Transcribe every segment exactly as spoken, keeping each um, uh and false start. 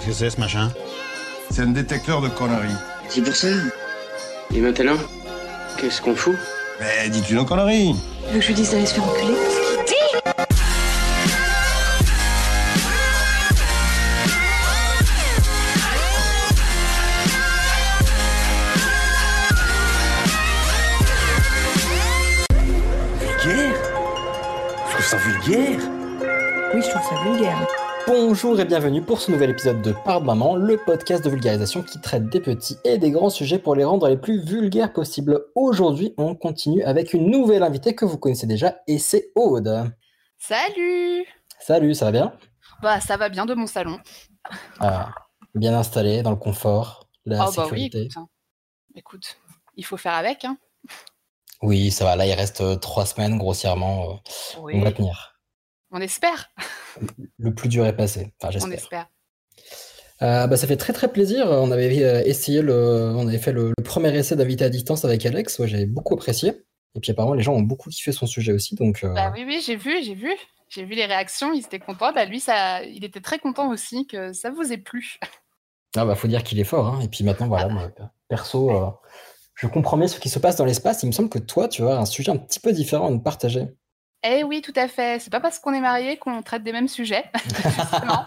Qu'est-ce que c'est ce machin? C'est un détecteur de conneries. C'est pour ça. Et maintenant, qu'est-ce qu'on fout? Mais dis-tu nos conneries? Tu veux que je lui dise d'aller se faire enculer? Vulgaire? Je trouve ça vulgaire. Oui, je trouve ça vulgaire. Bonjour et bienvenue pour ce nouvel épisode de Pardon Maman, le podcast de vulgarisation qui traite des petits et des grands sujets pour les rendre les plus vulgaires possibles. Aujourd'hui, on continue avec une nouvelle invitée que vous connaissez déjà et c'est Aude. Salut! Salut, ça va bien? Bah ça va bien de mon salon. Ah, bien installé, dans le confort, la oh bah oui, sécurité. écoute, hein. Écoute, il faut faire avec, hein. Oui, ça va, là il reste euh, trois semaines grossièrement, euh, Oui. on va tenir. On espère. Le plus dur est passé, enfin On j'espère. espère. Euh, bah, ça fait très très plaisir. On avait euh, essayé le, on avait fait le, le premier essai d'invité à distance avec Alex. Ouais, j'avais beaucoup apprécié. Et puis apparemment les gens ont beaucoup kiffé son sujet aussi. Donc euh... Bah oui, oui, j'ai vu, j'ai vu. J'ai vu les réactions, ils étaient contents. Bah lui, ça, il était très content aussi que ça vous ait plu. ah bah faut dire qu'il est fort. Hein. Et puis maintenant voilà, moi, perso, euh, je comprends bien ce qui se passe dans l'espace. Il me semble que toi, tu as un sujet un petit peu différent à nous partager. Eh oui, tout à fait. C'est pas parce qu'on est mariés qu'on traite des mêmes sujets. Justement.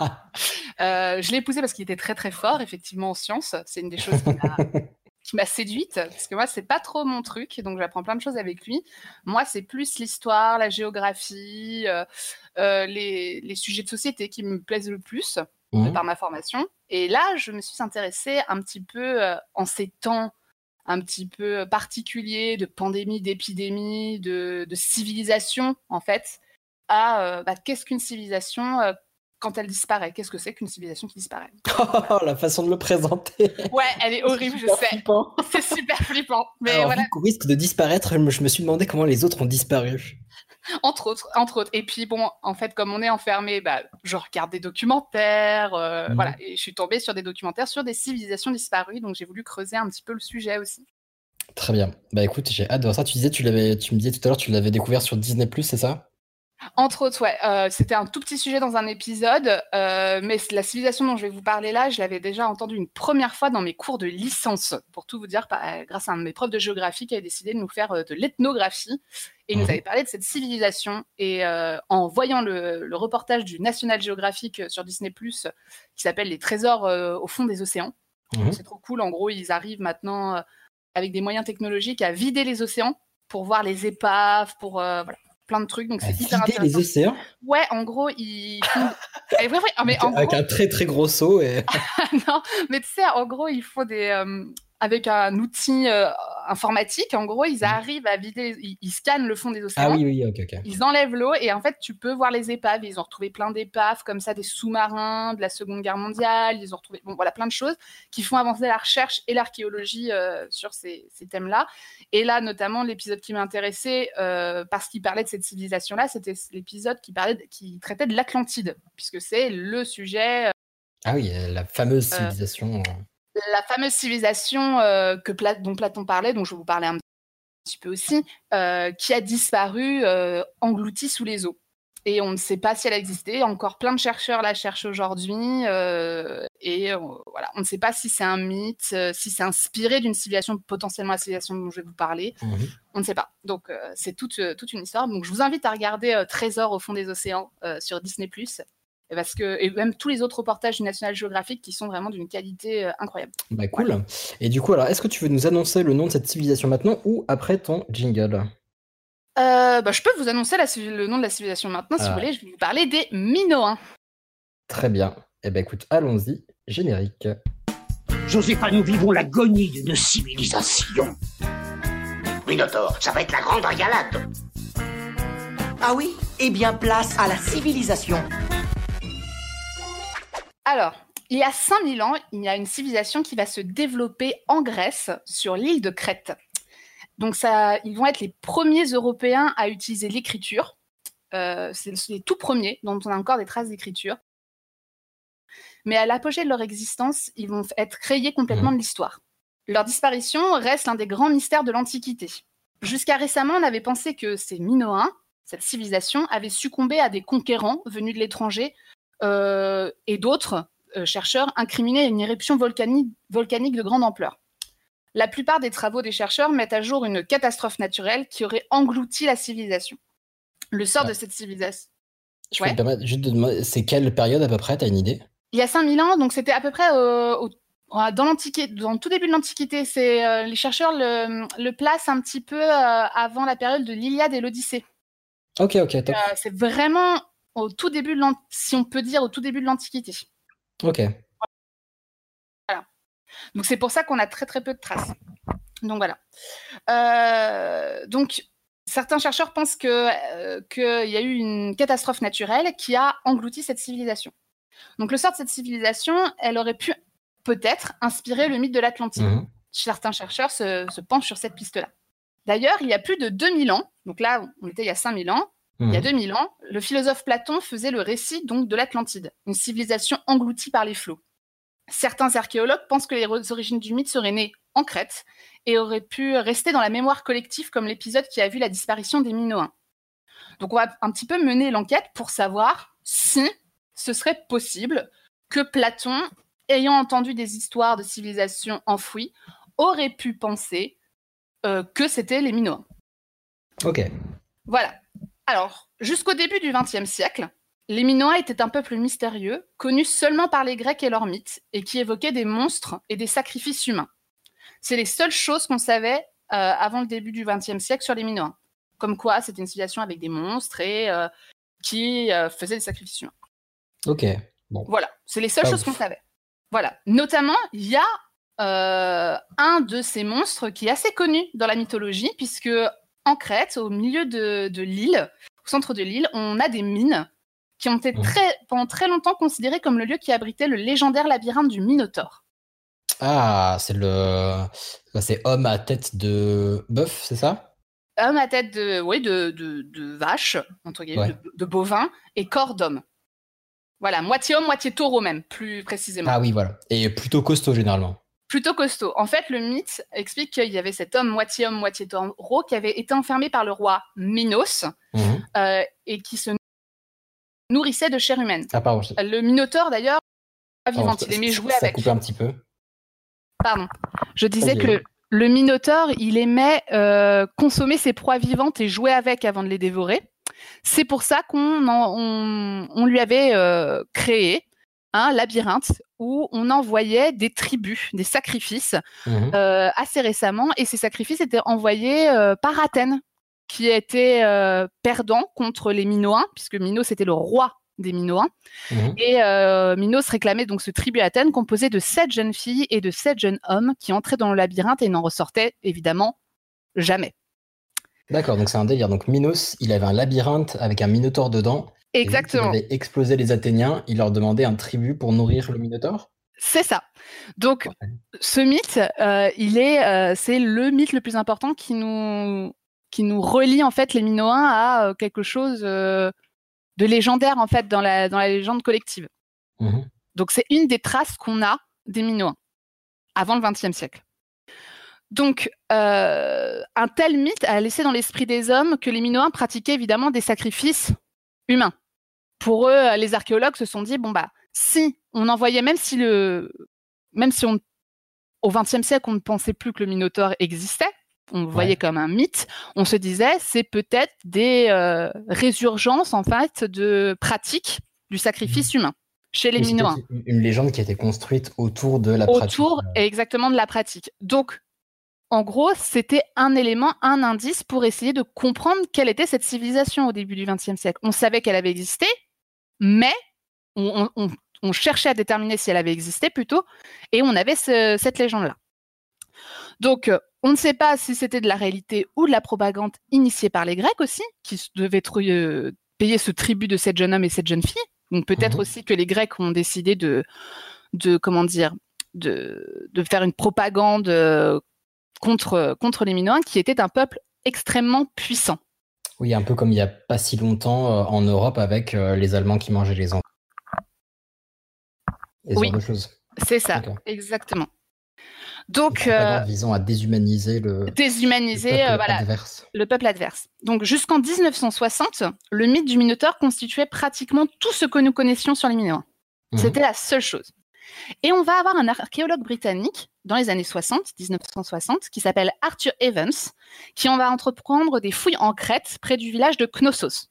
Euh, je l'ai épousé parce qu'il était très très fort, effectivement, en sciences. C'est une des choses qui m'a, qui m'a séduite, parce que moi, c'est pas trop mon truc, donc j'apprends plein de choses avec lui. Moi, c'est plus l'histoire, la géographie, euh, euh, les, les sujets de société qui me plaisent le plus, mmh. par ma formation. Et là, je me suis intéressée un petit peu euh, en ces temps un petit peu particulier de pandémie, d'épidémie, de, de civilisation, en fait, à euh, bah, qu'est-ce qu'une civilisation euh, quand elle disparaît? Qu'est-ce que c'est qu'une civilisation qui disparaît? Oh, la façon de le présenter. Ouais, elle est horrible, c'est je sais. Flippant. C'est super flippant. Mais Alors, voilà. vu qu'au risque de disparaître, je me suis demandé comment les autres ont disparu. Entre autres, entre autres. Et puis bon, en fait, comme on est enfermé, bah, je regarde des documentaires, euh, mmh. voilà, et je suis tombée sur des documentaires sur des civilisations disparues, donc j'ai voulu creuser un petit peu le sujet aussi. Très bien. Bah écoute, j'ai hâte de voir ça. Tu disais, tu l'avais, tu me disais tout à l'heure, tu l'avais découvert sur Disney plus, c'est ça? Entre autres, ouais. Euh, c'était un tout petit sujet dans un épisode, euh, mais la civilisation dont je vais vous parler là, je l'avais déjà entendue une première fois dans mes cours de licence. Pour tout vous dire, par, grâce à un de mes profs de géographie qui avait décidé de nous faire euh, de l'ethnographie, et il mmh. nous avait parlé de cette civilisation. Et euh, en voyant le, le reportage du National Geographic sur Disney plus, qui s'appelle Les trésors euh, au fond des océans, mmh. c'est trop cool. En gros, ils arrivent maintenant euh, avec des moyens technologiques à vider les océans pour voir les épaves, pour euh, voilà. plein de trucs, donc c'est hyper intéressant. Les océans? Ouais, en gros, ils font... ouais, ouais, mais en avec gros... un très très gros seau et... non, mais tu sais, en gros, il faut des... Euh, avec un outil euh, informatique, en gros, ils arrivent à vider... Les... Ils, ils scannent le fond des océans. Ah oui, oui, ok, ok. Ils enlèvent l'eau et en fait, tu peux voir les épaves. Ils ont retrouvé plein d'épaves, comme ça, des sous-marins de la Seconde Guerre mondiale. Ils ont retrouvé... Bon, voilà, plein de choses qui font avancer la recherche et l'archéologie euh, sur ces, ces thèmes-là. Et là, notamment, l'épisode qui m'intéressait, euh, parce qu'il parlait de cette civilisation-là, c'était l'épisode qui, parlait de... qui traitait de l'Atlantide, puisque c'est le sujet... Euh... Ah oui, la fameuse civilisation... Euh... La fameuse civilisation euh, que Pla- dont Platon parlait, dont je vais vous parler un petit peu aussi, euh, qui a disparu euh, engloutie sous les eaux. Et on ne sait pas si elle a existé. Encore plein de chercheurs la cherchent aujourd'hui. Euh, et euh, voilà, on ne sait pas si c'est un mythe, euh, si c'est inspiré d'une civilisation, potentiellement la civilisation dont je vais vous parler. Mmh. On ne sait pas. Donc, euh, c'est toute, euh, toute une histoire. Donc, je vous invite à regarder euh, Trésors au fond des océans euh, sur Disney plus. Parce que, et même tous les autres reportages du National Geographic qui sont vraiment d'une qualité euh, incroyable. Bah cool. Ouais. Et du coup, alors, est-ce que tu veux nous annoncer le nom de cette civilisation maintenant ou après ton jingle? euh, bah, Je peux vous annoncer la, le nom de la civilisation maintenant, si ah. vous voulez. Je vais vous parler des Minoens. Très bien. Eh ben écoute, allons-y. Générique. Josépha, nous vivons l'agonie d'une civilisation. Minotaure, ça va être la grande régalade. Ah oui? Eh bien, place à la civilisation. Alors, il y a cinq mille ans, il y a une civilisation qui va se développer en Grèce, sur l'île de Crète. Donc, ça, ils vont être les premiers Européens à utiliser l'écriture. Euh, c'est les tout premiers dont on a encore des traces d'écriture. Mais à l'apogée de leur existence, ils vont être rayés complètement de l'histoire. Leur disparition reste l'un des grands mystères de l'Antiquité. Jusqu'à récemment, on avait pensé que ces Minoens, cette civilisation, avait succombé à des conquérants venus de l'étranger, Euh, et d'autres euh, chercheurs incriminaient une éruption volcanique, volcanique de grande ampleur. La plupart des travaux des chercheurs mettent à jour une catastrophe naturelle qui aurait englouti la civilisation. Le sort ouais. de cette civilisation... Je ouais. peux me permettre juste de demander, c'est quelle période à peu près, t'as une idée? Il y a cinq mille ans, donc c'était à peu près euh, au, dans l'Antiquité, dans le tout début de l'Antiquité. C'est, euh, les chercheurs le, le placent un petit peu euh, avant la période de l'Iliade et l'Odyssée. Ok, ok, top. Euh, c'est vraiment au tout début de l'Antiquité, si on peut dire au tout début de l'Antiquité. Ok. Voilà. Donc c'est pour ça qu'on a très très peu de traces. Donc voilà. Euh, donc certains chercheurs pensent que euh, qu'il y a eu une catastrophe naturelle qui a englouti cette civilisation. Donc le sort de cette civilisation, elle aurait pu peut-être inspirer le mythe de l'Atlantide. Mmh. Certains chercheurs se, se penchent sur cette piste-là. D'ailleurs, il y a plus de deux mille ans, donc là on était il y a cinq mille ans, mmh. il y a deux mille ans, le philosophe Platon faisait le récit donc de l'Atlantide, une civilisation engloutie par les flots. Certains archéologues pensent que les origines du mythe seraient nées en Crète et auraient pu rester dans la mémoire collective comme l'épisode qui a vu la disparition des Minoens. Donc on va un petit peu mener l'enquête pour savoir si ce serait possible que Platon, ayant entendu des histoires de civilisations enfouies, aurait pu penser euh, que c'était les Minoens. Ok. Voilà. Alors, jusqu'au début du vingtième siècle, les Minoens étaient un peuple mystérieux, connu seulement par les Grecs et leurs mythes, et qui évoquait des monstres et des sacrifices humains. C'est les seules choses qu'on savait euh, avant le début du vingtième siècle sur les Minoens. Comme quoi, c'était une civilisation avec des monstres et euh, qui euh, faisait des sacrifices humains. Ok. Bon. Voilà, c'est les seules Pas choses ouf. qu'on savait. Voilà. Notamment, il y a euh, un de ces monstres qui est assez connu dans la mythologie, puisque en Crète, au milieu de, de l'île, au centre de l'île, on a des mines qui ont été mmh. très, pendant très longtemps considérées comme le lieu qui abritait le légendaire labyrinthe du Minotaure. Ah, c'est le, c'est homme à tête de bœuf, c'est ça? Homme à tête de, oui, de, de, de vache, entre guillemets, ouais. de, de bovin, et corps d'homme. Voilà, moitié homme, moitié taureau même, plus précisément. Ah oui, voilà. Et plutôt costaud généralement. Plutôt costaud. En fait, le mythe explique qu'il y avait cet homme moitié homme, moitié taureau qui avait été enfermé par le roi Minos mmh. euh, et qui se nourrissait de chair humaine. Ah pardon. Je... Le Minotaure d'ailleurs, pas vivant, il aimait ça, jouer ça avec. Ça coupait un petit peu. Pardon. Je disais okay. que le, le Minotaure, il aimait euh, consommer ses proies vivantes et jouer avec avant de les dévorer. C'est pour ça qu'on en, on, on lui avait euh, créé un labyrinthe où on envoyait des tribus, des sacrifices mmh. euh, assez récemment, et ces sacrifices étaient envoyés euh, par Athènes, qui était euh, perdant contre les Minoens, puisque Minos était le roi des Minoens, mmh. et euh, Minos réclamait donc ce tribut à Athènes composé de sept jeunes filles et de sept jeunes hommes qui entraient dans le labyrinthe et n'en ressortaient évidemment jamais. D'accord, donc c'est un délire. Donc Minos, il avait un labyrinthe avec un minotaure dedans. Exactement. Il avait explosé les Athéniens, il leur demandait un tribut pour nourrir le minotaure. C'est ça. Donc ouais. ce mythe, euh, il est, euh, c'est le mythe le plus important qui nous, qui nous relie en fait les Minoens à euh, quelque chose euh, de légendaire en fait dans la, dans la légende collective. Mmh. Donc c'est une des traces qu'on a des Minoens avant le vingtième siècle. Donc, euh, un tel mythe a laissé dans l'esprit des hommes que les Minoens pratiquaient évidemment des sacrifices humains. Pour eux, les archéologues se sont dit, bon bah, si on envoyait, même si le, même si on, au vingtième siècle, on ne pensait plus que le Minotaure existait, on le voyait ouais. comme un mythe, on se disait, c'est peut-être des euh, résurgences en fait de pratiques du sacrifice mmh. humain chez les Mais Minoens. Une légende qui a été construite autour de la autour, pratique. Autour, exactement, de la pratique. Donc, en gros, c'était un élément, un indice pour essayer de comprendre quelle était cette civilisation au début du vingtième siècle. On savait qu'elle avait existé, mais on, on, on cherchait à déterminer si elle avait existé plutôt, et on avait ce, cette légende-là. Donc, on ne sait pas si c'était de la réalité ou de la propagande initiée par les Grecs aussi, qui devaient euh, payer ce tribut de sept jeunes hommes et sept jeunes filles. Donc, peut-être mmh. aussi que les Grecs ont décidé de, de comment dire, de, de faire une propagande euh, Contre, contre les Minoens, qui étaient un peuple extrêmement puissant. Oui, un peu comme il n'y a pas si longtemps euh, en Europe avec euh, les Allemands qui mangeaient les enfants. Et ce oui, genre de choses. C'est ça, okay. exactement. Donc, euh, visant à déshumaniser le, déshumaniser, le peuple euh, voilà, adverse. Le peuple adverse. Donc, jusqu'en dix-neuf cent soixante, le mythe du Minotaure constituait pratiquement tout ce que nous connaissions sur les Minoens. Mmh. C'était la seule chose. Et on va avoir un archéologue britannique dans les années soixante, dix-neuf cent soixante, qui s'appelle Arthur Evans, qui en va entreprendre des fouilles en Crète, près du village de Knossos.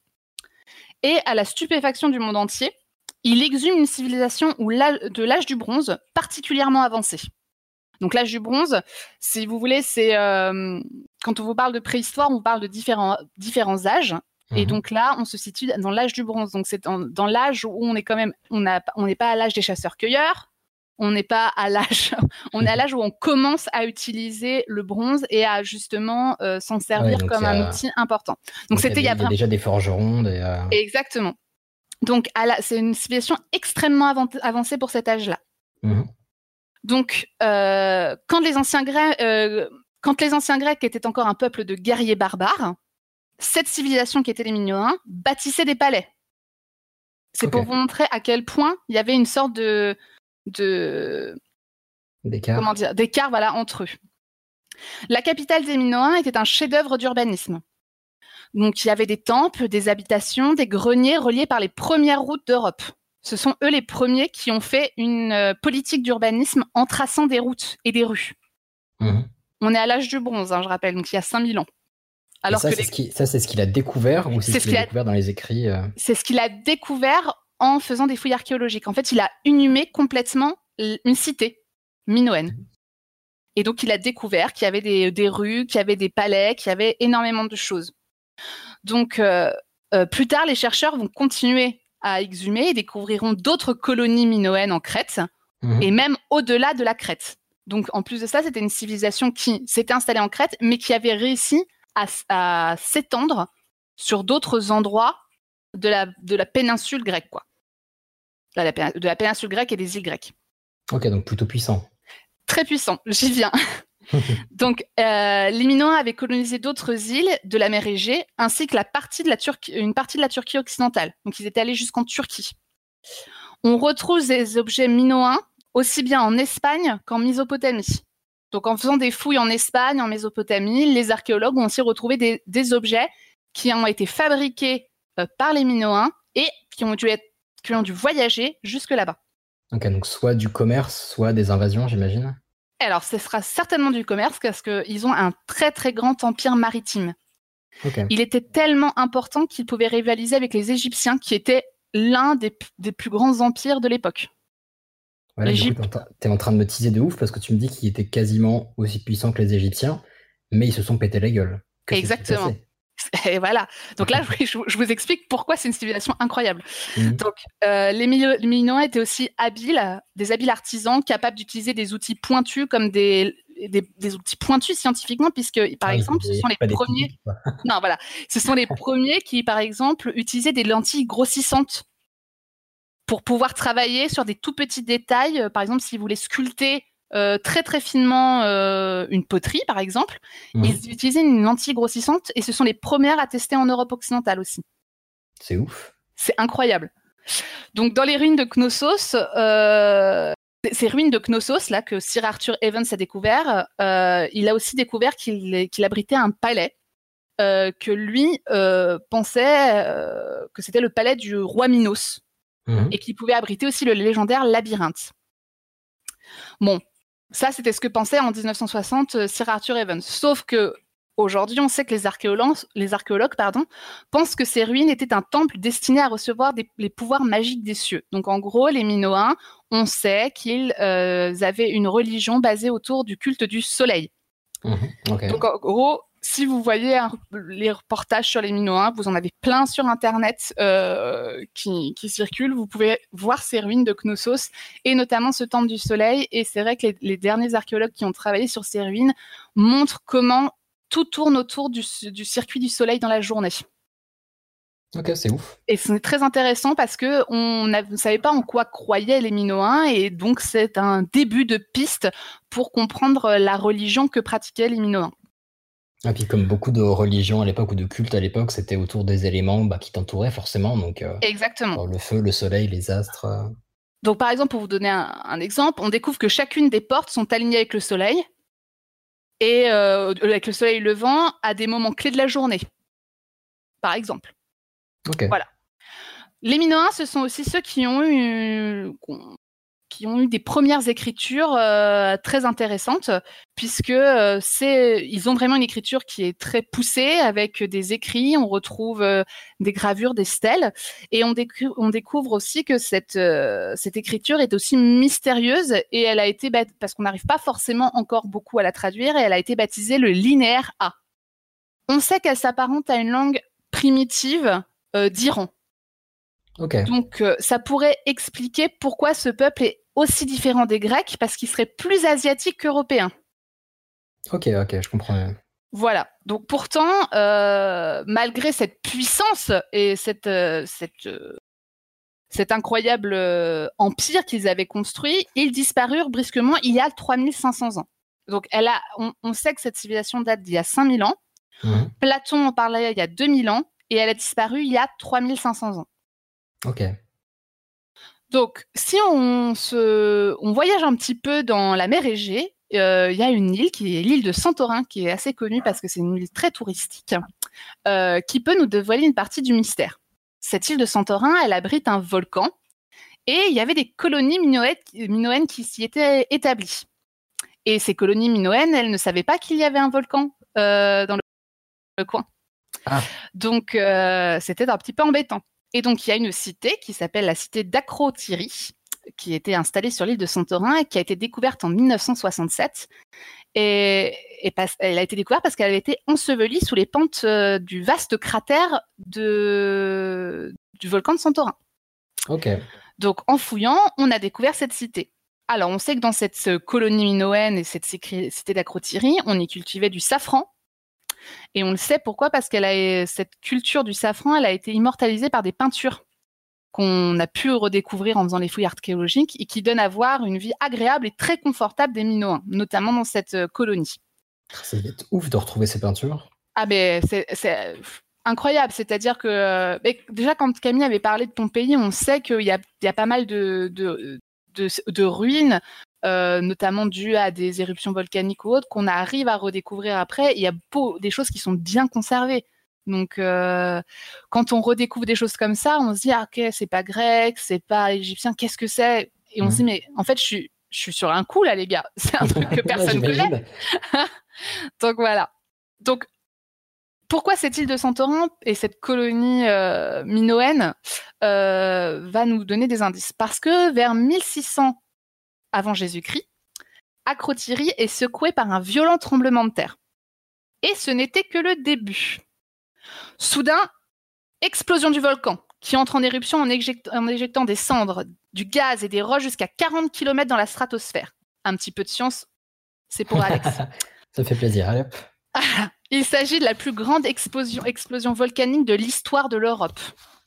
Et à la stupéfaction du monde entier, il exhume une civilisation où l'âge, de l'âge du bronze particulièrement avancée. Donc l'âge du bronze, si vous voulez, c'est euh, quand on vous parle de préhistoire, on vous parle de différents, différents âges. Mmh. Et donc là, on se situe dans l'âge du bronze. Donc c'est dans, dans l'âge où on est quand même, on a, on n'est pas à l'âge des chasseurs-cueilleurs, on n'est pas à l'âge, on est à l'âge où on commence à utiliser le bronze et à justement euh, s'en servir ouais, comme a... un outil important. Donc, donc c'était il y a, il y a déjà des forgerons. Des, euh... Exactement. Donc à la, c'est une civilisation extrêmement avant- avancée pour cet âge-là. Mmh. Donc euh, quand les anciens Grecs, euh, quand les anciens Grecs étaient encore un peuple de guerriers barbares, cette civilisation qui était les Minoens bâtissait des palais. C'est okay. pour vous montrer à quel point il y avait une sorte de, de... d'écart. Comment dire, d'écart voilà, entre eux. La capitale des Minoens était un chef-d'œuvre d'urbanisme. Donc il y avait des temples, des habitations, des greniers reliés par les premières routes d'Europe. Ce sont eux les premiers qui ont fait une euh, politique d'urbanisme en traçant des routes et des rues. Mmh. On est à l'âge du bronze, hein, je rappelle, donc il y a cinq mille ans. Alors ça, que c'est les... ce qui, ça, c'est ce qu'il a découvert ou c'est, c'est ce qu'il a découvert dans les écrits euh... C'est ce qu'il a découvert en faisant des fouilles archéologiques. En fait, il a inhumé complètement une cité minoenne. Et donc, il a découvert qu'il y avait des, des rues, qu'il y avait des palais, qu'il y avait énormément de choses. Donc, euh, euh, plus tard, les chercheurs vont continuer à exhumer et découvriront d'autres colonies minoennes en Crète, mmh. et même au-delà de la Crète. Donc, en plus de ça, c'était une civilisation qui s'était installée en Crète, mais qui avait réussi à, à s'étendre sur d'autres endroits de la, de la péninsule grecque, quoi. De la, de la péninsule grecque et des îles grecques. Ok, donc plutôt puissant. Très puissant, j'y viens. Donc, euh, les Minoens avaient colonisé d'autres îles de la mer Égée, ainsi que la partie de la Turquie, une partie de la Turquie occidentale. Donc, ils étaient allés jusqu'en Turquie. On retrouve des objets minoens aussi bien en Espagne qu'en Mésopotamie. Donc, en faisant des fouilles en Espagne, en Mésopotamie, les archéologues ont aussi retrouvé des, des objets qui ont été fabriqués euh, par les Minoens et qui ont dû être, qui ont dû voyager jusque là-bas. Ok, donc soit du commerce, soit des invasions, j'imagine. Alors, ce sera certainement du commerce parce qu'ils ont un très très grand empire maritime. Okay. Il était tellement important qu'ils pouvaient rivaliser avec les Égyptiens, qui étaient l'un des, des plus grands empires de l'époque. Voilà, L'Égypte... du coup, t'es en train de me teaser de ouf parce que tu me dis qu'ils étaient quasiment aussi puissants que les Égyptiens, mais ils se sont pété la gueule. Que Exactement. Et voilà. Donc là, je, je vous explique pourquoi c'est une civilisation incroyable. Mmh. Donc, euh, les, Mil- les Minoens étaient aussi habiles, des habiles artisans capables d'utiliser des outils pointus comme des, des, des outils pointus scientifiquement, puisque, par ah, exemple, ce sont les premiers. Typiques, non, voilà. Ce sont les premiers qui, par exemple, utilisaient des lentilles grossissantes pour pouvoir travailler sur des tout petits détails. Par exemple, s'ils voulaient sculpter Euh, très très finement euh, une poterie par exemple, mmh. ils utilisaient une lentille grossissante et ce sont les premières à tester en Europe occidentale aussi. C'est ouf. C'est incroyable. Donc dans les ruines de Knossos, euh, ces ruines de Knossos là que Sir Arthur Evans a découvert, euh, il a aussi découvert qu'il, qu'il abritait un palais euh, que lui euh, pensait euh, que c'était le palais du roi Minos mmh. et qu'il pouvait abriter aussi le légendaire labyrinthe. Bon. Ça, c'était ce que pensait en dix-neuf cent soixante euh, Sir Arthur Evans. Sauf que aujourd'hui, on sait que les archéologues, les archéologues pardon, pensent que ces ruines étaient un temple destiné à recevoir des, les pouvoirs magiques des cieux. Donc, en gros, les Minoens, on sait qu'ils euh, avaient une religion basée autour du culte du soleil. Mmh, okay. Donc, en gros, si vous voyez un, les reportages sur les Minoens, vous en avez plein sur Internet euh, qui, qui circulent. Vous pouvez voir ces ruines de Knossos et notamment ce temple du soleil. Et c'est vrai que les, les derniers archéologues qui ont travaillé sur ces ruines montrent comment tout tourne autour du, du circuit du soleil dans la journée. Ok, c'est ouf. Et c'est très intéressant parce qu'on ne savait pas en quoi croyaient les Minoens et donc c'est un début de piste pour comprendre la religion que pratiquaient les Minoens. Et puis comme beaucoup de religions à l'époque ou de cultes à l'époque, c'était autour des éléments bah, qui t'entouraient forcément. Donc, euh, exactement. Le feu, le soleil, les astres. Euh... Donc par exemple, pour vous donner un, un exemple, on découvre que chacune des portes sont alignées avec le soleil et euh, avec le soleil levant à des moments clés de la journée, par exemple. Okay. Voilà. Les Minoens, ce sont aussi ceux qui ont eu, qui ont eu des premières écritures euh, très intéressantes, puisque euh, c'est, ils ont vraiment une écriture qui est très poussée, avec des écrits, on retrouve euh, des gravures, des stèles, et on, décou- on découvre aussi que cette, euh, cette écriture est aussi mystérieuse, et elle a été, bat- parce qu'on n'arrive pas forcément encore beaucoup à la traduire, et elle a été baptisée le linéaire A. On sait qu'elle s'apparente à une langue primitive euh, d'Iran. Ok. Donc, euh, ça pourrait expliquer pourquoi ce peuple est aussi différent des Grecs, parce qu'il serait plus asiatique qu'européen. Ok, ok, je comprends mieux. Voilà. Donc, pourtant, euh, malgré cette puissance et cette, euh, cette, euh, cet incroyable euh, empire qu'ils avaient construit, ils disparurent brusquement il y a trois mille cinq cents ans. Donc, elle a, on, on sait que cette civilisation date d'il y a cinq mille ans. Mmh. Platon en parlait il y a deux mille ans, et elle a disparu il y a trois mille cinq cents ans. Ok. Donc, si on, se, on voyage un petit peu dans la mer Égée, il euh, y a une île qui est l'île de Santorin, qui est assez connue parce que c'est une île très touristique, euh, qui peut nous dévoiler une partie du mystère. Cette île de Santorin, elle abrite un volcan, et il y avait des colonies minoennes, minoennes qui s'y étaient établies. Et ces colonies minoennes, elles ne savaient pas qu'il y avait un volcan euh, dans le, le coin. Ah. Donc, euh, c'était un petit peu embêtant. Et donc, il y a une cité qui s'appelle la cité d'Akrotiri, qui était installée sur l'île de Santorin et qui a été découverte en mille neuf cent soixante-sept. Et, et pas, elle a été découverte parce qu'elle avait été ensevelie sous les pentes euh, du vaste cratère de, du volcan de Santorin. Ok. Donc, en fouillant, on a découvert cette cité. Alors, on sait que dans cette colonie minoenne et cette cité d'Akrotiri, on y cultivait du safran. Et on le sait pourquoi, parce qu'elle a cette culture du safran, elle a été immortalisée par des peintures qu'on a pu redécouvrir en faisant les fouilles archéologiques et qui donnent à voir une vie agréable et très confortable des Minoens, notamment dans cette colonie. Ça va être ouf de retrouver ces peintures. Ah ben c'est, c'est incroyable, c'est-à-dire que déjà quand Camille avait parlé de Pompéi, on sait qu'il y a, il y a pas mal de, de, de, de ruines, Euh, notamment dû à des éruptions volcaniques ou autres, qu'on arrive à redécouvrir après. Il y a beau, des choses qui sont bien conservées. Donc, euh, quand on redécouvre des choses comme ça, on se dit, ah, ok, c'est pas grec, c'est pas égyptien, qu'est-ce que c'est ? Et on mmh. se dit, mais en fait, je suis, je suis sur un coup, là, les gars. C'est un truc que personne ne connaît. Donc, voilà. Donc, pourquoi cette île de Santorin et cette colonie euh, minoenne euh, va nous donner des indices ? Parce que vers mille six cents avant Jésus-Christ, Akrotiri est secoué par un violent tremblement de terre. Et ce n'était que le début. Soudain, explosion du volcan, qui entre en éruption en, éject- en éjectant des cendres, du gaz et des roches jusqu'à quarante kilomètres dans la stratosphère. Un petit peu de science, c'est pour Alex. Ça fait plaisir, allez hop. Il s'agit de la plus grande explosion, explosion volcanique de l'histoire de l'Europe.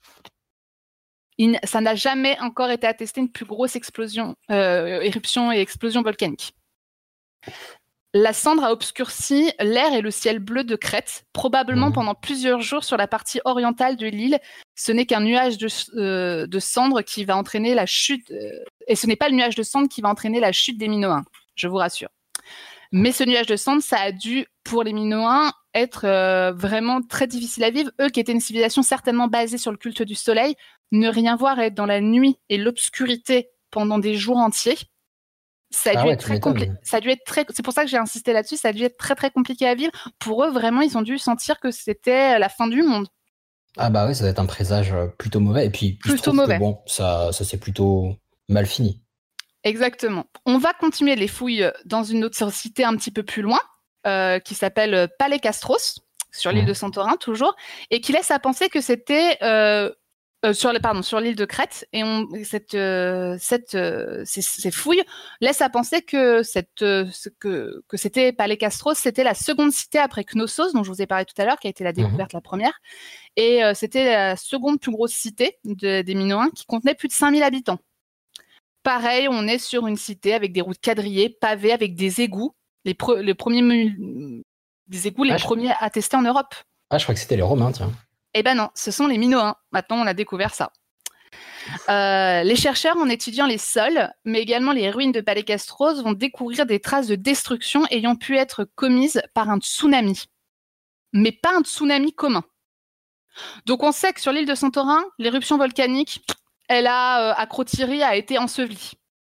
Il, ça n'a jamais encore été attesté une plus grosse explosion, euh, éruption et explosion volcanique. La cendre a obscurci l'air et le ciel bleu de Crète, probablement mmh. pendant plusieurs jours sur la partie orientale de l'île. Ce n'est qu'un nuage de, euh, de cendre qui va entraîner la chute, euh, et ce n'est pas le nuage de cendre qui va entraîner la chute des Minoens, je vous rassure. Mais ce nuage de cendre, ça a dû, pour les Minoens, être euh, vraiment très difficile à vivre. Eux, qui étaient une civilisation certainement basée sur le culte du soleil, ne rien voir et être dans la nuit et l'obscurité pendant des jours entiers, ça a, ah dû, ouais, être très compli- ça a dû être très... C'est pour ça que j'ai insisté là-dessus, ça a dû être très très compliqué à vivre. Pour eux, vraiment, ils ont dû sentir que c'était la fin du monde. Ah bah oui, ça doit être un présage plutôt mauvais. Et puis, plutôt mauvais. Que, bon, ça, ça c'est plutôt mal fini. Exactement. On va continuer les fouilles dans une autre cité un petit peu plus loin, euh, qui s'appelle Palais-Castros, sur l'île mmh. de Santorin toujours, et qui laisse à penser que c'était... Euh, Euh, sur, les, pardon, sur l'île de Crète, et on, cette, euh, cette, euh, ces, ces fouilles laissent à penser que, cette, euh, ce, que, que c'était Palais-Castros, c'était la seconde cité après Knossos, dont je vous ai parlé tout à l'heure, qui a été la découverte mmh. la première, et euh, c'était la seconde plus grosse cité de, des Minoens, qui contenait plus de cinq mille habitants. Pareil, on est sur une cité avec des routes quadrillées, pavées, avec des égouts, les, pre- les premiers des égouts les ah, premiers je... attestés en Europe. Ah, je crois que c'était les Romains, tiens. Eh ben non, ce sont les Minoens. Maintenant, on a découvert ça. Euh, les chercheurs, en étudiant les sols, mais également les ruines de Palais-Castros, vont découvrir des traces de destruction ayant pu être commises par un tsunami. Mais pas un tsunami commun. Donc on sait que sur l'île de Santorin, l'éruption volcanique, elle a, euh, Akrotiri a été ensevelie.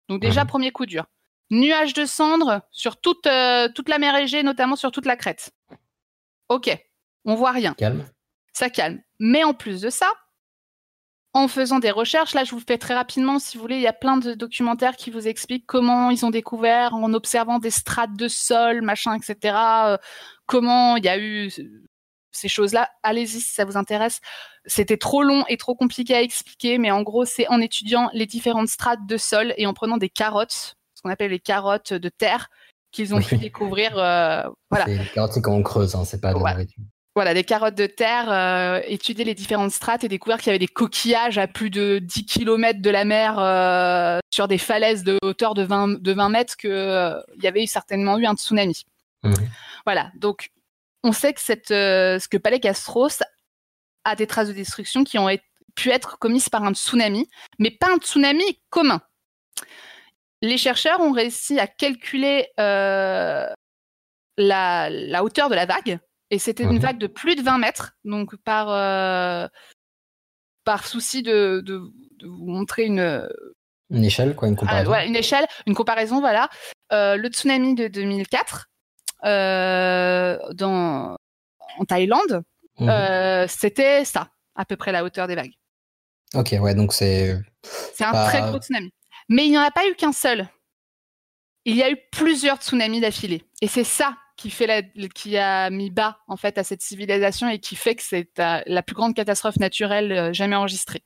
Donc déjà, Mhm. premier coup dur. Nuages de cendres sur toute, euh, toute la mer Égée, notamment sur toute la crête. Ok, on voit rien. Calme. Ça calme. Mais en plus de ça, en faisant des recherches, là je vous le fais très rapidement si vous voulez, il y a plein de documentaires qui vous expliquent comment ils ont découvert en observant des strates de sol, machin, et cetera. Euh, comment il y a eu ces choses-là. Allez-y si ça vous intéresse. C'était trop long et trop compliqué à expliquer, mais en gros c'est en étudiant les différentes strates de sol et en prenant des carottes, ce qu'on appelle les carottes de terre, qu'ils ont Oui. pu découvrir. Euh, voilà. C'est les carottes, c'est quand on creuse, hein, c'est pas de la Ouais. nourriture. Voilà, des carottes de terre, euh, étudier les différentes strates et découvrir qu'il y avait des coquillages à plus de dix kilomètres de la mer euh, sur des falaises de hauteur de vingt, de vingt mètres qu'il euh, y avait certainement eu un tsunami. Mmh. Voilà, donc on sait que, cette, euh, ce que Palais Castros a des traces de destruction qui ont été, pu être commises par un tsunami, mais pas un tsunami commun. Les chercheurs ont réussi à calculer euh, la, la hauteur de la vague. Et c'était une Mhm. vague de plus de vingt mètres, donc par, euh, par souci de, de, de vous montrer une, Une échelle, quoi, une ah, comparaison. voilà, une échelle, une comparaison, voilà. Euh, le tsunami de deux mille quatre euh, dans, en Thaïlande, Mhm. euh, c'était ça, à peu près la hauteur des vagues. Ok, ouais, donc c'est. C'est un Bah- très gros tsunami. Mais il n'y en a pas eu qu'un seul. Il y a eu plusieurs tsunamis d'affilée. Et c'est ça qui, fait la, qui a mis bas en fait, à cette civilisation et qui fait que c'est euh, la plus grande catastrophe naturelle euh, jamais enregistrée.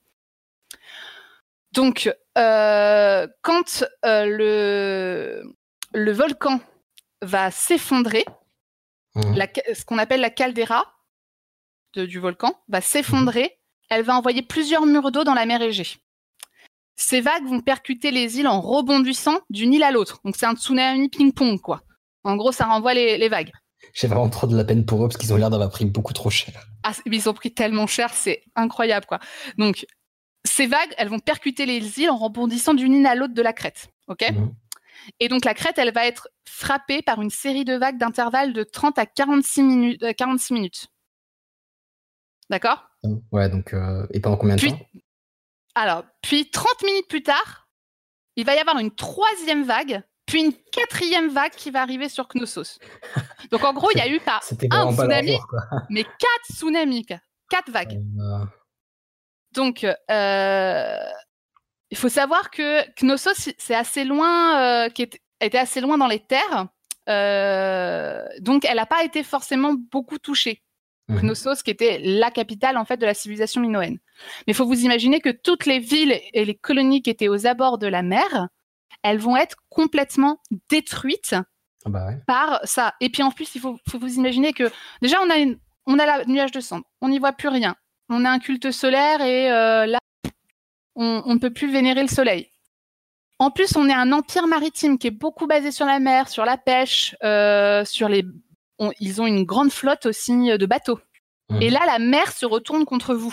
Donc, euh, quand euh, le, le volcan va s'effondrer, Mhm. la, ce qu'on appelle la caldeira de, du volcan va s'effondrer, elle va envoyer plusieurs murs d'eau dans la mer Égée. Ces vagues vont percuter les îles en rebondissant d'une île à l'autre. Donc c'est un tsunami ping-pong, quoi. En gros, ça renvoie les, les vagues. J'ai vraiment trop de la peine pour eux parce qu'ils ont l'air d'avoir pris beaucoup trop cher. Ah, mais ils ont pris tellement cher, c'est incroyable, quoi. Donc, ces vagues, elles vont percuter les îles en rebondissant d'une île à l'autre de la crête. Ok ? Mhm. Et donc, la crête, elle va être frappée par une série de vagues d'intervalle de trente à quarante-six minutes. Euh, quarante-six minutes. D'accord ? Ouais, donc. euh, Et pendant combien de Puis- temps Alors, puis trente minutes plus tard, il va y avoir une troisième vague, puis une quatrième vague qui va arriver sur Knossos. Donc, en gros, il y a eu pas C'était un vraiment pas leur tsunami, jour, quoi. mais quatre tsunamis, quoi. Quatre vagues. Euh, Donc, euh, il faut savoir que Knossos, c'est assez loin, euh, qui est- était assez loin dans les terres. Euh, donc, elle n'a pas été forcément beaucoup touchée. mhm. Knossos, qui était la capitale en fait de la civilisation minoenne. Mais il faut vous imaginer que toutes les villes et les colonies qui étaient aux abords de la mer, elles vont être complètement détruites Ah bah ouais. par ça. Et puis en plus, il faut, faut vous imaginer que déjà on a une, on a la nuage de cendres, on n'y voit plus rien, on a un culte solaire et euh, là, on, on ne peut plus vénérer le soleil. En plus, on est un empire maritime qui est beaucoup basé sur la mer, sur la pêche, euh, sur les On, ils ont une grande flotte aussi de bateaux. Mhm. Et là, la mer se retourne contre vous.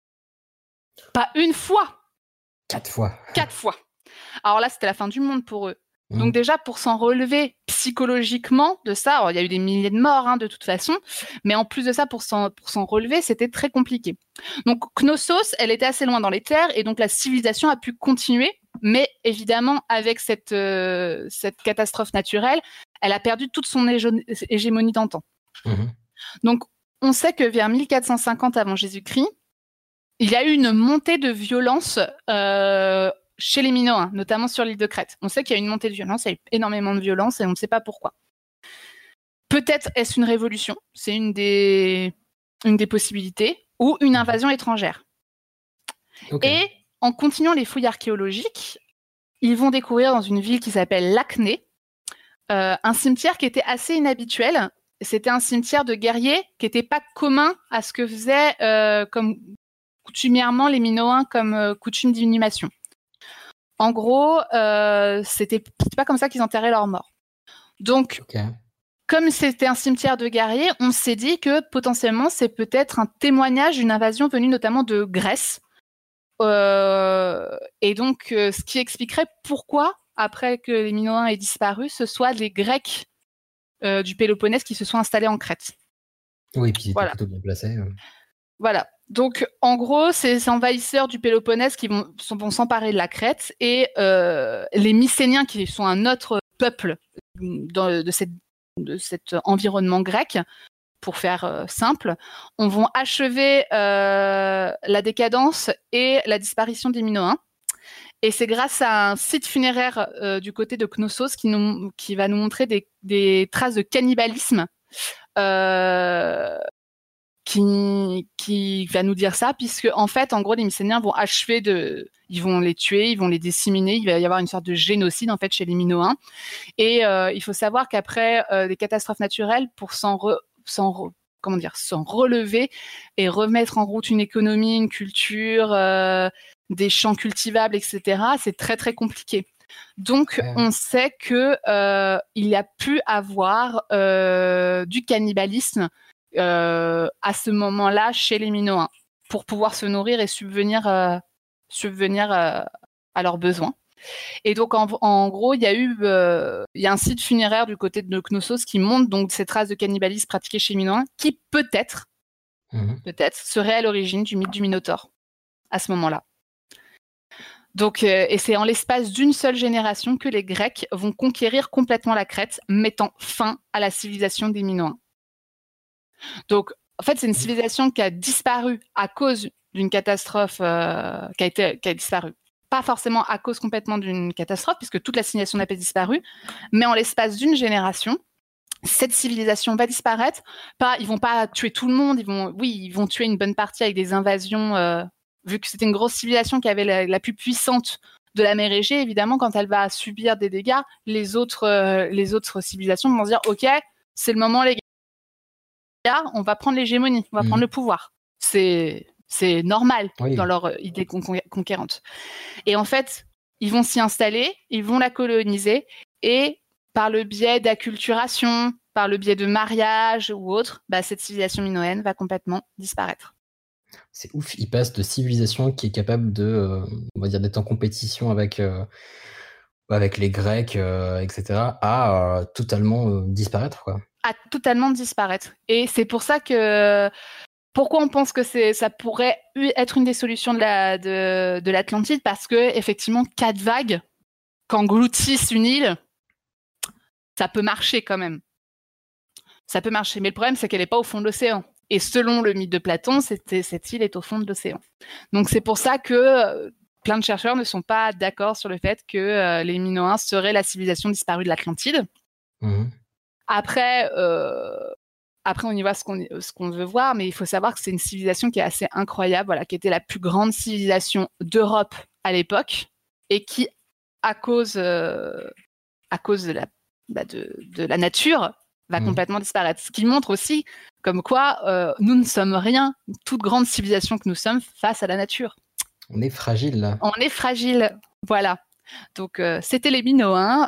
Pas une fois, Quatre fois. quatre fois. Alors là, c'était la fin du monde pour eux. Mhm. Donc déjà, pour s'en relever psychologiquement de ça, alors, il y a eu des milliers de morts hein, de toute façon, mais en plus de ça, pour s'en, pour s'en relever, c'était très compliqué. Donc Knossos, elle était assez loin dans les terres, et donc la civilisation a pu continuer, mais évidemment, avec cette, euh, cette catastrophe naturelle, elle a perdu toute son hégé- hégémonie d'antan. Mhm. Donc, on sait que vers mille quatre cent cinquante avant Jésus-Christ, il y a eu une montée de violence euh, chez les Minoens, notamment sur l'île de Crète. On sait qu'il y a eu une montée de violence, il y a eu énormément de violence et on ne sait pas pourquoi. Peut-être est-ce une révolution, c'est une des, une des possibilités, ou une invasion étrangère. Ok. Et en continuant les fouilles archéologiques, ils vont découvrir dans une ville qui s'appelle Lachnée euh, un cimetière qui était assez inhabituel. C'était un cimetière de guerriers qui n'était pas commun à ce que faisaient euh, comme coutumièrement les Minoens comme euh, coutume d'inhumation. En gros, euh, c'était, c'était pas comme ça qu'ils enterraient leurs morts. Donc, Ok. comme c'était un cimetière de guerriers, on s'est dit que potentiellement c'est peut-être un témoignage d'une invasion venue notamment de Grèce. Euh, et donc, euh, ce qui expliquerait pourquoi, après que les Minoens aient disparu, ce soit les Grecs euh, du Péloponnèse qui se sont installés en Crète. Oui, puis ils étaient Voilà. plutôt bien placés. euh. Voilà. Donc, en gros, c'est ces envahisseurs du Péloponnèse qui vont, vont s'emparer de la Crète et euh, les Mycéniens, qui sont un autre peuple dans, de, cette, de cet environnement grec, pour faire euh, simple, on vont achever euh, la décadence et la disparition des Minoens. Et c'est grâce à un site funéraire euh, du côté de Knossos qui, nous, qui va nous montrer des, des traces de cannibalisme euh, qui, qui va nous dire ça, puisque en fait, en gros, les Mycéniens vont achever de... Ils vont les tuer, ils vont les disséminer, il va y avoir une sorte de génocide en fait chez les Minoens. Et euh, il faut savoir qu'après euh, des catastrophes naturelles, pour s'en... Re... s'en re... comment dire, s'en relever et remettre en route une économie, une culture... Euh, des champs cultivables, et cetera, c'est très, très compliqué. Donc, ouais. on sait qu'il euh, y a pu avoir euh, du cannibalisme euh, à ce moment-là chez les Minoens pour pouvoir se nourrir et subvenir, euh, subvenir euh, à leurs besoins. Et donc, en, en gros, il y a eu euh, il y a un site funéraire du côté de Knossos qui montre donc ces traces de cannibalisme pratiquées chez les Minoens qui, peut-être, mmh. peut-être, serait à l'origine du mythe du Minotaure à ce moment-là. Donc, euh, et c'est en l'espace d'une seule génération que les Grecs vont conquérir complètement la Crète, mettant fin à la civilisation des Minoens. Donc, en fait, c'est une civilisation qui a disparu à cause d'une catastrophe, euh, qui a été, qui a disparu. Pas forcément à cause complètement d'une catastrophe, puisque toute la civilisation n'a pas disparu, mais en l'espace d'une génération, cette civilisation va disparaître. Pas, ils vont pas tuer tout le monde, ils vont, oui, ils vont tuer une bonne partie avec des invasions. Euh, Vu que c'était une grosse civilisation qui avait la, la plus puissante de la mer Égée, évidemment, quand elle va subir des dégâts, les autres, euh, les autres civilisations vont se dire « Ok, c'est le moment, les gars, on va prendre l'hégémonie, on va mmh. prendre le pouvoir. » C'est, c'est normal oui. dans leur idée con- conquérante. Et en fait, ils vont s'y installer, ils vont la coloniser, et par le biais d'acculturation, par le biais de mariage ou autre, bah, cette civilisation minoenne va complètement disparaître. C'est ouf, il passe de civilisation qui est capable de, euh, on va dire, d'être en compétition avec, euh, avec les Grecs, euh, et cetera, à euh, totalement euh, disparaître, quoi. À totalement disparaître. Et c'est pour ça que, pourquoi on pense que c'est, ça pourrait être une des solutions de, la, de, de l'Atlantide, parce que effectivement, quatre vagues qu'engloutissent une île, ça peut marcher quand même. Ça peut marcher, mais le problème, c'est qu'elle n'est pas au fond de l'océan. Et selon le mythe de Platon, c'était, cette île est au fond de l'océan. Donc c'est pour ça que euh, plein de chercheurs ne sont pas d'accord sur le fait que euh, les Minoens seraient la civilisation disparue de l'Atlantide. Mmh. Après, euh, après, on y voit ce qu'on, ce qu'on veut voir, mais il faut savoir que c'est une civilisation qui est assez incroyable, voilà, qui était la plus grande civilisation d'Europe à l'époque, et qui, à cause, euh, à cause de la, bah de, de la nature, va mmh. complètement disparaître. Ce qui montre aussi comme quoi euh, nous ne sommes rien, toute grande civilisation que nous sommes, face à la nature. On est fragile, là. On est fragile, voilà. Donc, euh, c'était les Minoens.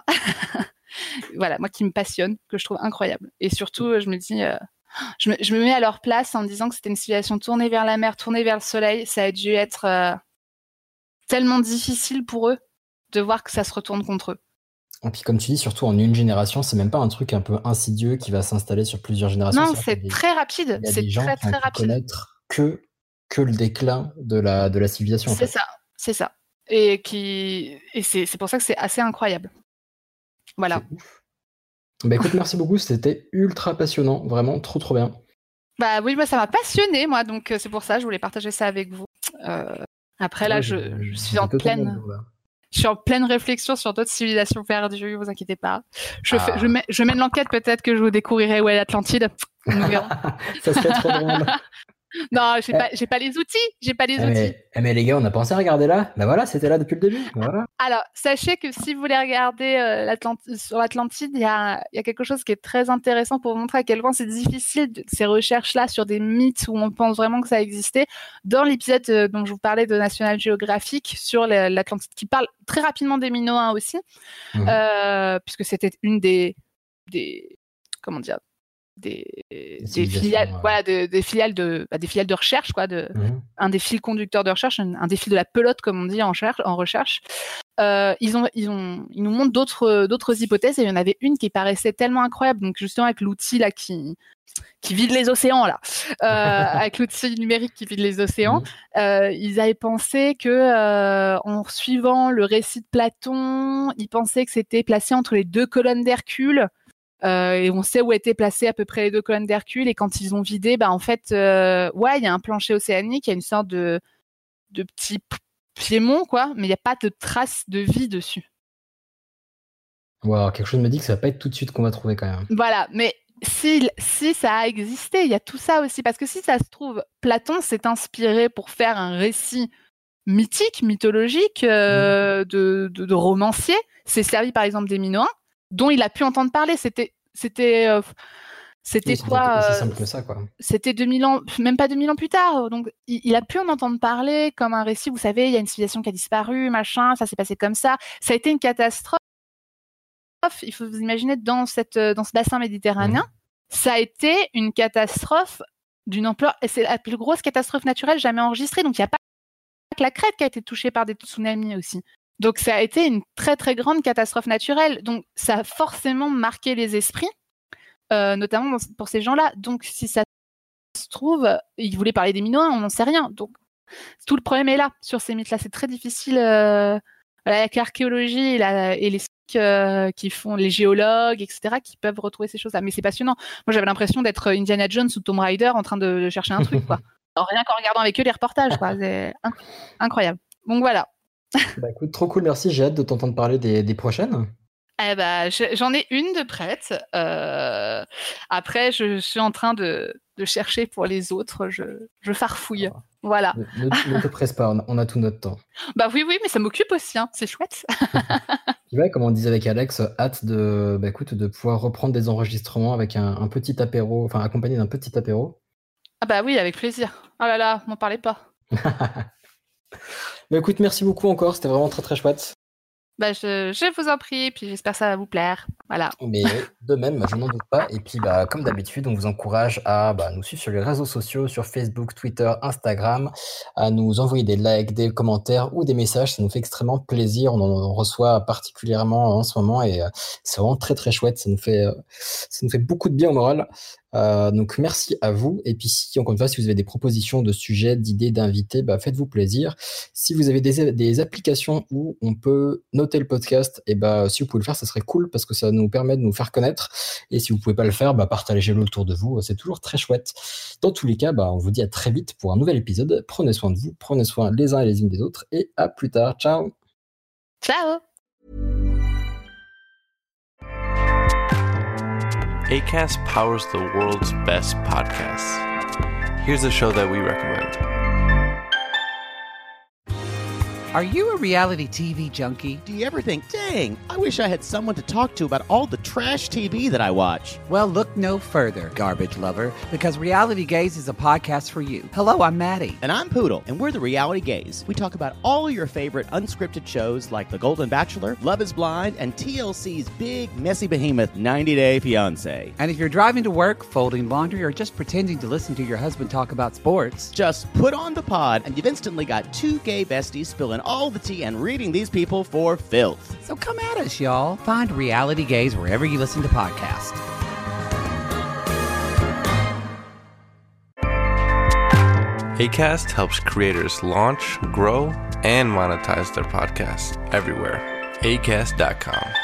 Voilà, moi qui me passionne, que je trouve incroyable. Et surtout, je me dis, euh, je, me, je me mets à leur place en me disant que c'était une civilisation tournée vers la mer, tournée vers le soleil. Ça a dû être euh, tellement difficile pour eux de voir que ça se retourne contre eux. Et puis comme tu dis, surtout en une génération, c'est même pas un truc un peu insidieux qui va s'installer sur plusieurs générations. Non, c'est, c'est très rapide. Il y a c'est des gens très, qui ont très pu rapide. connaître que, que le déclin de la, de la civilisation. C'est en fait. ça, c'est ça. Et, qui... Et c'est, c'est pour ça que c'est assez incroyable. Voilà. C'est ouf. Bah écoute, merci beaucoup, c'était ultra passionnant, vraiment trop trop bien. Bah oui, moi ça m'a passionné, moi, donc c'est pour ça que je voulais partager ça avec vous. Euh, après là, ouais, je, je, je suis en pleine... Je suis en pleine réflexion sur d'autres civilisations perdues, vous inquiétez pas. Je, ah. fais, je, mène, je mène l'enquête, peut-être que je vous découvrirai où est l'Atlantide. Nous verrons. Ça serait trop drôle. Non, j'ai, eh. pas, j'ai pas les outils. J'ai pas les eh outils. Mais, eh mais les gars, on a pensé à regarder là. Ben voilà, c'était là depuis le début. Voilà. Alors, sachez que si vous voulez regarder euh, l'Atlantide, sur l'Atlantide, il y a, y a quelque chose qui est très intéressant pour vous montrer à quel point c'est difficile, de, ces recherches-là sur des mythes où on pense vraiment que ça existait. Dans l'épisode euh, dont je vous parlais de National Geographic sur l'Atlantide, qui parle très rapidement des Minoens aussi, mmh. euh, puisque c'était une des, des... Comment dire des, des filiales, ouais. voilà, de, des filiales de, bah, des filiales de recherche, quoi, de, mmh. un des fils conducteurs de recherche, un, un des fils de la pelote, comme on dit en, cher- en recherche. Euh, ils ont, ils ont, ils nous montrent d'autres, d'autres hypothèses, et il y en avait une qui paraissait tellement incroyable. Donc justement avec l'outil là qui, qui vide les océans là, euh, avec l'outil numérique qui vide les océans, mmh. euh, ils avaient pensé que, euh, en suivant le récit de Platon, ils pensaient que c'était placé entre les deux colonnes d'Hercule. Euh, et on sait où étaient placées à peu près les deux colonnes d'Hercule, et quand ils ont vidé, bah en fait, euh, ouais, il y a un plancher océanique, il y a une sorte de, de petit piémont, quoi, mais il n'y a pas de traces de vie dessus. Wow, quelque chose me dit que ça va pas être tout de suite qu'on va trouver quand même. Voilà, mais si, si ça a existé, il y a tout ça aussi, parce que si ça se trouve, Platon s'est inspiré pour faire un récit mythique, mythologique, euh, mmh. de, de, de romancier, c'est servi par exemple des Minoens, dont il a pu entendre parler. C'était, c'était, euh, c'était oui, quoi C'est euh, simple que ça, quoi. C'était deux mille ans, même pas deux mille ans plus tard. Donc, il, il a pu en entendre parler comme un récit. Vous savez, il y a une civilisation qui a disparu, machin, ça s'est passé comme ça. Ça a été une catastrophe. Il faut vous imaginer dans cette, dans ce bassin méditerranéen, mmh. ça a été une catastrophe d'une ampleur. Et c'est la plus grosse catastrophe naturelle jamais enregistrée. Donc, il n'y a pas que la Crète qui a été touchée par des tsunamis aussi. Donc, ça a été une très, très grande catastrophe naturelle. Donc, ça a forcément marqué les esprits, euh, notamment pour ces gens-là. Donc, si ça se trouve, ils voulaient parler des Minoens, on n'en sait rien. Donc, tout le problème est là, sur ces mythes-là. C'est très difficile, euh, avec l'archéologie et, la, et les euh, qui font les géologues, et cetera, qui peuvent retrouver ces choses-là. Mais c'est passionnant. Moi, j'avais l'impression d'être Indiana Jones ou Tomb Raider en train de chercher un truc, quoi. Alors, rien qu'en regardant avec eux les reportages, quoi. C'est incroyable. Donc, voilà. Bah écoute, trop cool, merci. J'ai hâte de t'entendre parler des, des prochaines. Eh bah, j'en ai une de prête. Euh, après, je, je suis en train de, de chercher pour les autres. Je, je farfouille. Ah. Voilà. Ne, ne, ne te presse pas, on a, on a tout notre temps. Bah oui, oui, mais ça m'occupe aussi. Hein. C'est chouette. Tu vois, comme on disait avec Alex, hâte de, bah écoute, de pouvoir reprendre des enregistrements avec un, un petit apéro, enfin accompagné d'un petit apéro. Ah bah oui, avec plaisir. Oh là là, m'en parlez pas. Bah écoute, merci beaucoup encore, c'était vraiment très très chouette. Bah je, je vous en prie, puis j'espère que ça va vous plaire. Voilà. Mais de même, je n'en doute pas. Et puis bah comme d'habitude, on vous encourage à bah, nous suivre sur les réseaux sociaux, sur Facebook, Twitter, Instagram, à nous envoyer des likes, des commentaires ou des messages. Ça nous fait extrêmement plaisir. On en reçoit particulièrement en ce moment et euh, c'est vraiment très très chouette. Ça nous fait, euh, ça nous fait beaucoup de bien au moral. Euh, donc merci à vous, et puis si encore une fois si vous avez des propositions de sujets, d'idées, d'invités, bah faites-vous plaisir. Si vous avez des, des applications où on peut noter le podcast, et bah si vous pouvez le faire, ça serait cool parce que ça nous permet de nous faire connaître, et si vous pouvez pas le faire, bah partagez-le autour de vous, c'est toujours très chouette. Dans tous les cas, bah on vous dit à très vite pour un nouvel épisode. Prenez soin de vous, prenez soin les uns et les unes des autres, et à plus tard. Ciao. Ciao. Acast powers the world's best podcasts. Here's a show that we recommend. Are you a reality T V junkie? Do you ever think, dang, I wish I had someone to talk to about all the trash T V that I watch? Well, look no further, garbage lover, because Reality Gaze is a podcast for you. Hello, I'm Maddie. And I'm Poodle, and we're the Reality Gaze. We talk about all your favorite unscripted shows like The Golden Bachelor, Love is Blind, and T L C's big, messy behemoth, ninety day fiancé. And if you're driving to work, folding laundry, or just pretending to listen to your husband talk about sports, just put on the pod, and you've instantly got two gay besties spilling all the tea and reading these people for filth. So come at us, y'all. Find Reality Gaze wherever you listen to podcasts. Acast helps creators launch, grow, and monetize their podcasts everywhere. acast dot com.